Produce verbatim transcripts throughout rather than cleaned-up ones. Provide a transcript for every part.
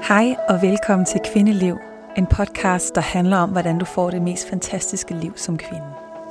Hej og velkommen til Kvindeliv, en podcast, der handler om, hvordan du får det mest fantastiske liv som kvinde.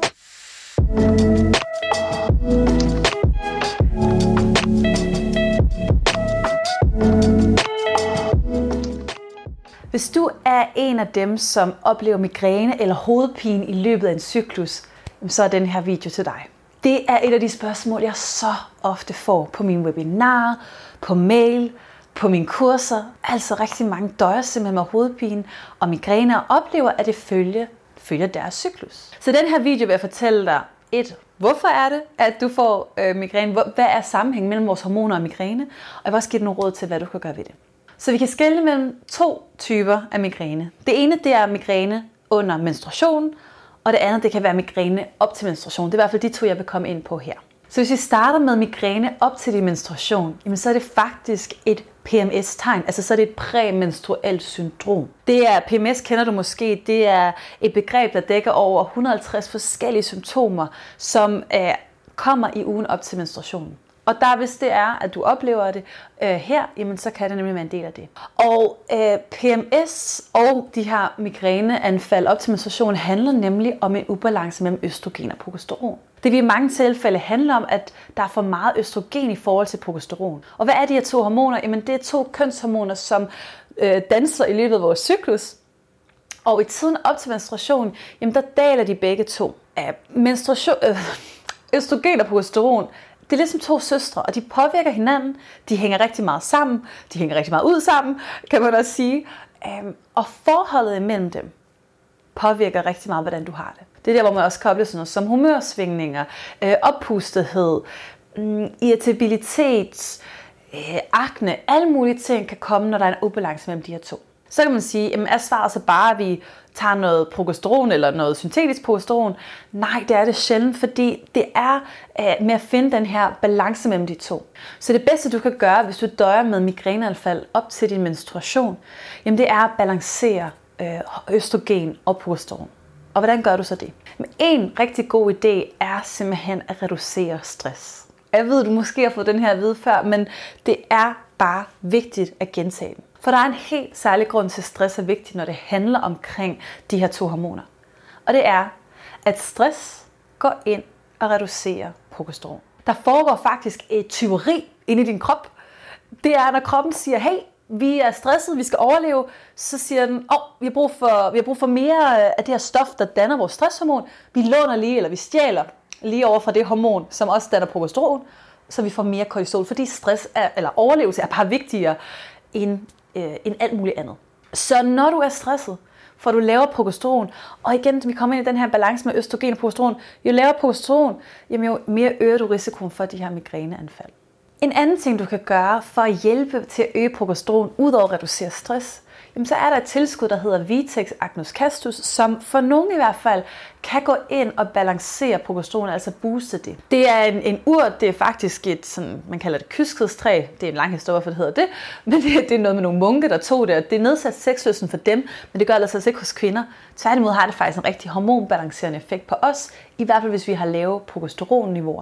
Hvis du er en af dem, som oplever migræne eller hovedpine i løbet af en cyklus, så er den her video til dig. Det er et af de spørgsmål, jeg så ofte får på mine webinarer, på mail, på mine kurser. Altså rigtig mange døjer simpelthen med hovedpine og migræne og oplever, at det følger, følger deres cyklus. Så den her video vil jeg fortælle dig, et, hvorfor er det, at du får øh, migræne? Hvad er sammenhængen mellem vores hormoner og migræne? Og jeg vil også give dig nogle råd til, hvad du kan gøre ved det. Så vi kan skelne mellem to typer af migræne. Det ene, det er migræne under menstruation, og det andet, det kan være migræne op til menstruation. Det er i hvert fald de to, jeg vil komme ind på her. Så hvis vi starter med migræne op til din menstruation, jamen så er det faktisk et P M S-tegn, altså så er det et præmenstruelt syndrom. Det er, P M S kender du måske, det er et begreb, der dækker over et hundrede og halvtreds forskellige symptomer, som øh, kommer i ugen op til menstruationen. Og der, hvis det er, at du oplever det øh, her, jamen så kan det nemlig være en del af det. Og øh, P M S og de her migræneanfald op til menstruation handler nemlig om en ubalance mellem østrogen og progesteron. Det vil i mange tilfælde handle om, at der er for meget østrogen i forhold til progesteron. Og hvad er de her to hormoner? Jamen det er to kønshormoner, som øh, danser i løbet af vores cyklus. Og i tiden op til menstruation, jamen der daler de begge to. Øh, menstruation, øh, østrogen og progesteron, det er ligesom to søstre, og de påvirker hinanden. De hænger rigtig meget sammen. De hænger rigtig meget ud sammen, kan man også sige. Øh, og forholdet imellem dem påvirker rigtig meget, hvordan du har det. Det er der, hvor man også kobler sådan noget som humørsvingninger, øh, oppustethed, øh, irritabilitet, øh, akne, alle mulige ting kan komme, når der er en ubalance mellem de her to. Så kan man sige, jamen er svaret så bare, at vi tager noget progesteron eller noget syntetisk progesteron? Nej, det er det sjældent, fordi det er øh, med at finde den her balance mellem de to. Så det bedste, du kan gøre, hvis du døjer med migræneanfald op til din menstruation, jamen det er at balancere øh, østrogen og progesteron. Og hvordan gør du så det? Men en rigtig god idé er simpelthen at reducere stress. Jeg ved, du måske har fået den her at vide før, men det er bare vigtigt at gentage den. For der er en helt særlig grund til, at stress er vigtigt, når det handler omkring de her to hormoner. Og det er, at stress går ind og reducerer progesteron. Der foregår faktisk et tyveri inde i din krop. Det er, når kroppen siger, hey, vi er stresset, vi skal overleve, så siger den, åh, oh, vi har brug for, vi har brug for mere af det her stof, der danner vores stresshormon. Vi låner lige, eller vi stjæler lige over fra det hormon, som også danner progesteron, så vi får mere kortisol, fordi stress er, eller overlevelse er bare vigtigere end, øh, end alt muligt andet. Så når du er stresset, får du lavere progesteron, og igen, vi kommer ind i den her balance med østrogen og progesteron, jo lavere progesteron, jamen jo mere øger du risikoen for de her migræneanfald. En anden ting, du kan gøre for at hjælpe til at øge progesteron, udover at reducere stress, jamen så er der et tilskud, der hedder Vitex Agnus Castus, som for nogen i hvert fald kan gå ind og balancere progesteron, altså booste det. Det er en, en urt, det er faktisk et, sådan, man kalder det kyskhedstræ, det er en lang historie, for det hedder det, men det, det er noget med nogle munke, der tog det, og det er nedsat sexlysten for dem, men det gør det altså ikke hos kvinder. Tværtimod har det faktisk en rigtig hormonbalancerende effekt på os, i hvert fald hvis vi har lave progesteronniveauer.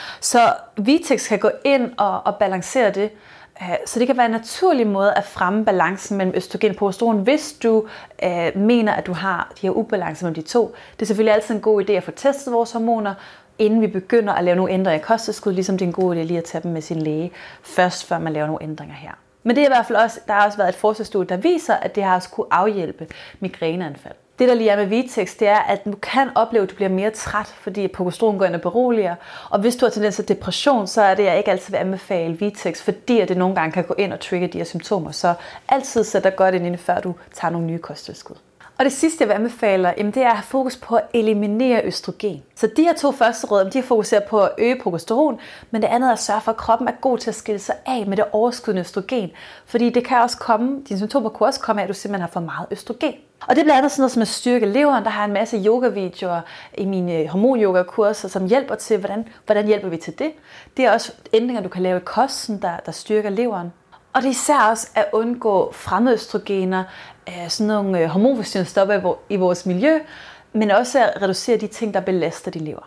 Så Vitex kan gå ind og, og balancere det, så det kan være en naturlig måde at fremme balancen mellem østrogen og progesteron, hvis du øh, mener, at du har de her ubalancer mellem de to. Det er selvfølgelig altid en god idé at få testet vores hormoner, inden vi begynder at lave nogle ændringer i kosttilskud, ligesom det er en god idé lige at tage dem med sin læge først, før man laver nogle ændringer her. Men det er i hvert fald også, der har også været et forskningsstudie, der viser, at det har også kunne afhjælpe migræneanfald. Det, der lige er med Vitex, det er, at du kan opleve, at du bliver mere træt, fordi progesteron går ind og beroliger. Og hvis du har tendens til depression, så er det, jeg ikke altid vil anbefale Vitex, fordi det nogle gange kan gå ind og trigge de her symptomer. Så altid sæt dig godt ind, før du tager nogle nye kosttilskud. Og det sidste, jeg vil anbefale, jamen, det er at have fokus på at eliminere østrogen. Så de her to første råd, de fokuserer på at øge progesteron, men det andet er at sørge for, at kroppen er god til at skille sig af med det overskydende østrogen. Fordi det kan også komme, dine symptomer kunne også komme af, at du simpelthen har for meget østrogen. Og det er blandt andet sådan noget som at styrke leveren. Der har en masse yoga-videoer i mine hormon-yoga-kurser, som hjælper til, hvordan, hvordan hjælper vi til det. Det er også ændringer, du kan lave i kosten, der, der styrker leveren. Og det er især også at undgå fremmede østrogener, sådan nogle hormonforstyrrende stoffer i vores miljø, men også at reducere de ting, der belaster din lever.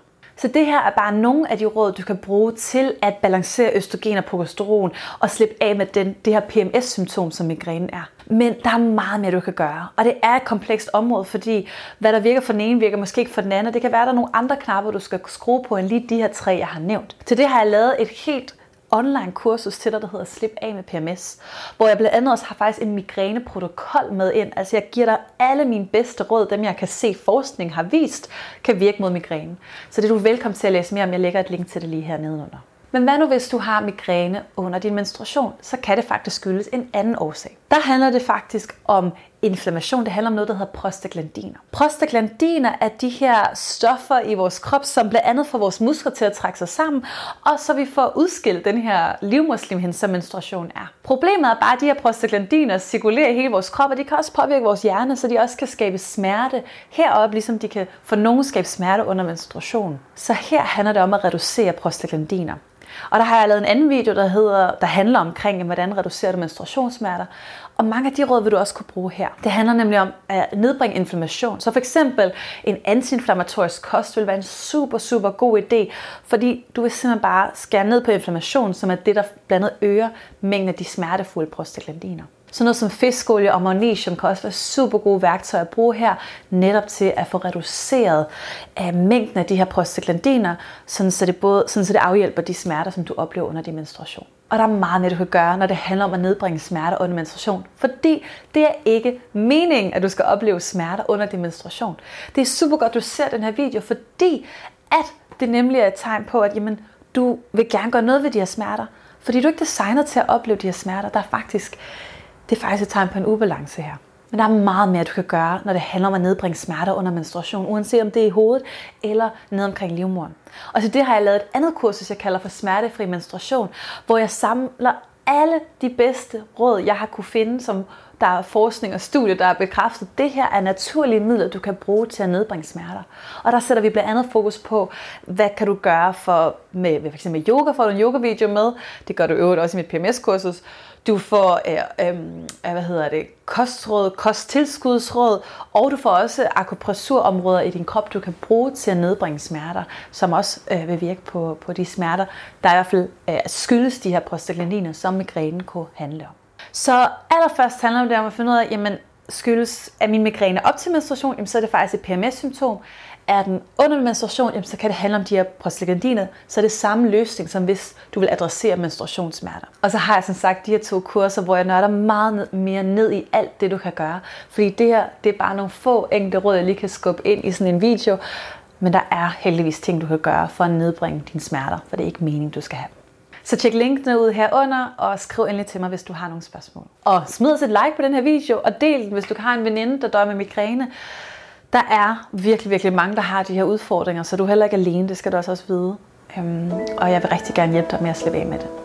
Så det her er bare nogle af de råd, du kan bruge til at balancere østrogen og progesteron og slippe af med den, det her P M S-symptom, som migræne er. Men der er meget mere, du kan gøre. Og det er et komplekst område, fordi hvad der virker for den ene, virker måske ikke for den anden. Det kan være, at der er nogle andre knapper, du skal skrue på, end lige de her tre, jeg har nævnt. Til det har jeg lavet et helt online kursus til dig, der hedder Slip af med P M S, hvor jeg blandt andet også har faktisk en migræneprotokol med ind. Altså jeg giver dig alle mine bedste råd, dem jeg kan se forskning har vist, kan virke mod migræne. Så det er du velkommen til at læse mere om. Jeg lægger et link til det lige her nedenunder. Men hvad nu hvis du har migræne under din menstruation? Så kan det faktisk skyldes en anden årsag. Der handler det faktisk om inflammation. Det handler om noget, der hedder prostaglandiner. Prostaglandiner er de her stoffer i vores krop, som blandt andet får vores muskler til at trække sig sammen, og så vi får udskilt den her livmoderslimhinde, som menstruation er. Problemet er bare, at de her prostaglandiner cirkulerer i hele vores krop, og de kan også påvirke vores hjerne, så de også kan skabe smerte heroppe, ligesom de kan for nogen skabe smerte under menstruation. Så her handler det om at reducere prostaglandiner. Og der har jeg lavet en anden video, der, hedder, der handler omkring, hvordan reducerer du menstruationssmerter. Og mange af de råd vil du også kunne bruge her. Det handler nemlig om at nedbringe inflammation. Så for eksempel en antiinflammatorisk kost vil være en super, super god idé, fordi du vil simpelthen bare skære ned på inflammation, som er det, der blandt andet øger mængden af de smertefulde prostaglandiner. Så noget som fiskolie og magnesium kan også være super gode værktøjer at bruge her, netop til at få reduceret uh, mængden af de her prostaglandiner, sådan så det både sådan så det afhjælper de smerter, som du oplever under din menstruation. Og der er meget mere, du kan gøre, når det handler om at nedbringe smerter under menstruation, fordi det er ikke meningen, at du skal opleve smerter under din menstruation. Det er super godt, at du ser den her video, fordi at det nemlig er et tegn på, at jamen, du vil gerne gøre noget ved de her smerter, fordi du er ikke designet til at opleve de her smerter. Der er faktisk Det er faktisk et tegn på en ubalance her. Men der er meget mere, du kan gøre, når det handler om at nedbringe smerter under menstruation, uanset om det er i hovedet eller ned omkring livmoderen. Og til det har jeg lavet et andet kursus, jeg kalder for smertefri menstruation, hvor jeg samler alle de bedste råd, jeg har kunne finde, som der er forskning og studier, der er bekræftet. Det her er naturlige midler, du kan bruge til at nedbringe smerter. Og der sætter vi blandt andet fokus på, hvad kan du gøre for, med for eksempel yoga, får du en yoga-video med. Det gør du øvrigt også i mit P M S-kursus. Du får øh, øh, hvad hedder det, kostråd, kosttilskudsråd, og du får også akupressurområder i din krop, du kan bruge til at nedbringe smerter, som også øh, vil virke på, på de smerter, der i hvert fald øh, skyldes de her prostaglandiner, som migrænen kunne handle om. Så allerførst handler det om at finde ud af, jamen skyldes er min migræne op til menstruation, jamen, så er det faktisk et P M S-symptom. Er den under menstruation, jamen, så kan det handle om de her prostaglandiner, så er det samme løsning, som hvis du vil adressere menstruationssmerter. Og så har jeg som sagt de her to kurser, hvor jeg nørder meget ned, mere ned i alt det, du kan gøre. Fordi det her, det er bare nogle få enkelte råd, jeg lige kan skubbe ind i sådan en video. Men der er heldigvis ting, du kan gøre for at nedbringe dine smerter, for det er ikke meningen, du skal have. Så tjek linkene ud herunder, og skriv endelig til mig, hvis du har nogle spørgsmål. Og smid os et like på den her video, og del den, hvis du har en veninde, der dør med migræne. Der er virkelig, virkelig mange, der har de her udfordringer, så du er heller ikke alene, det skal du også, også vide. Øhm, og jeg vil rigtig gerne hjælpe dig med at slippe af med det.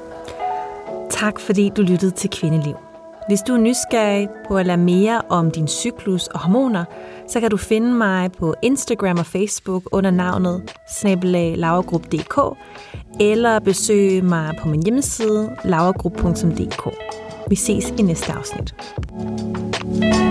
Tak fordi du lyttede til Kvindeliv. Hvis du er nysgerrig på at lære mere om din cyklus og hormoner, så kan du finde mig på Instagram og Facebook under navnet snabel-a lauragrup punktum d k eller besøge mig på min hjemmeside lauragrup punktum d k. Vi ses i næste afsnit.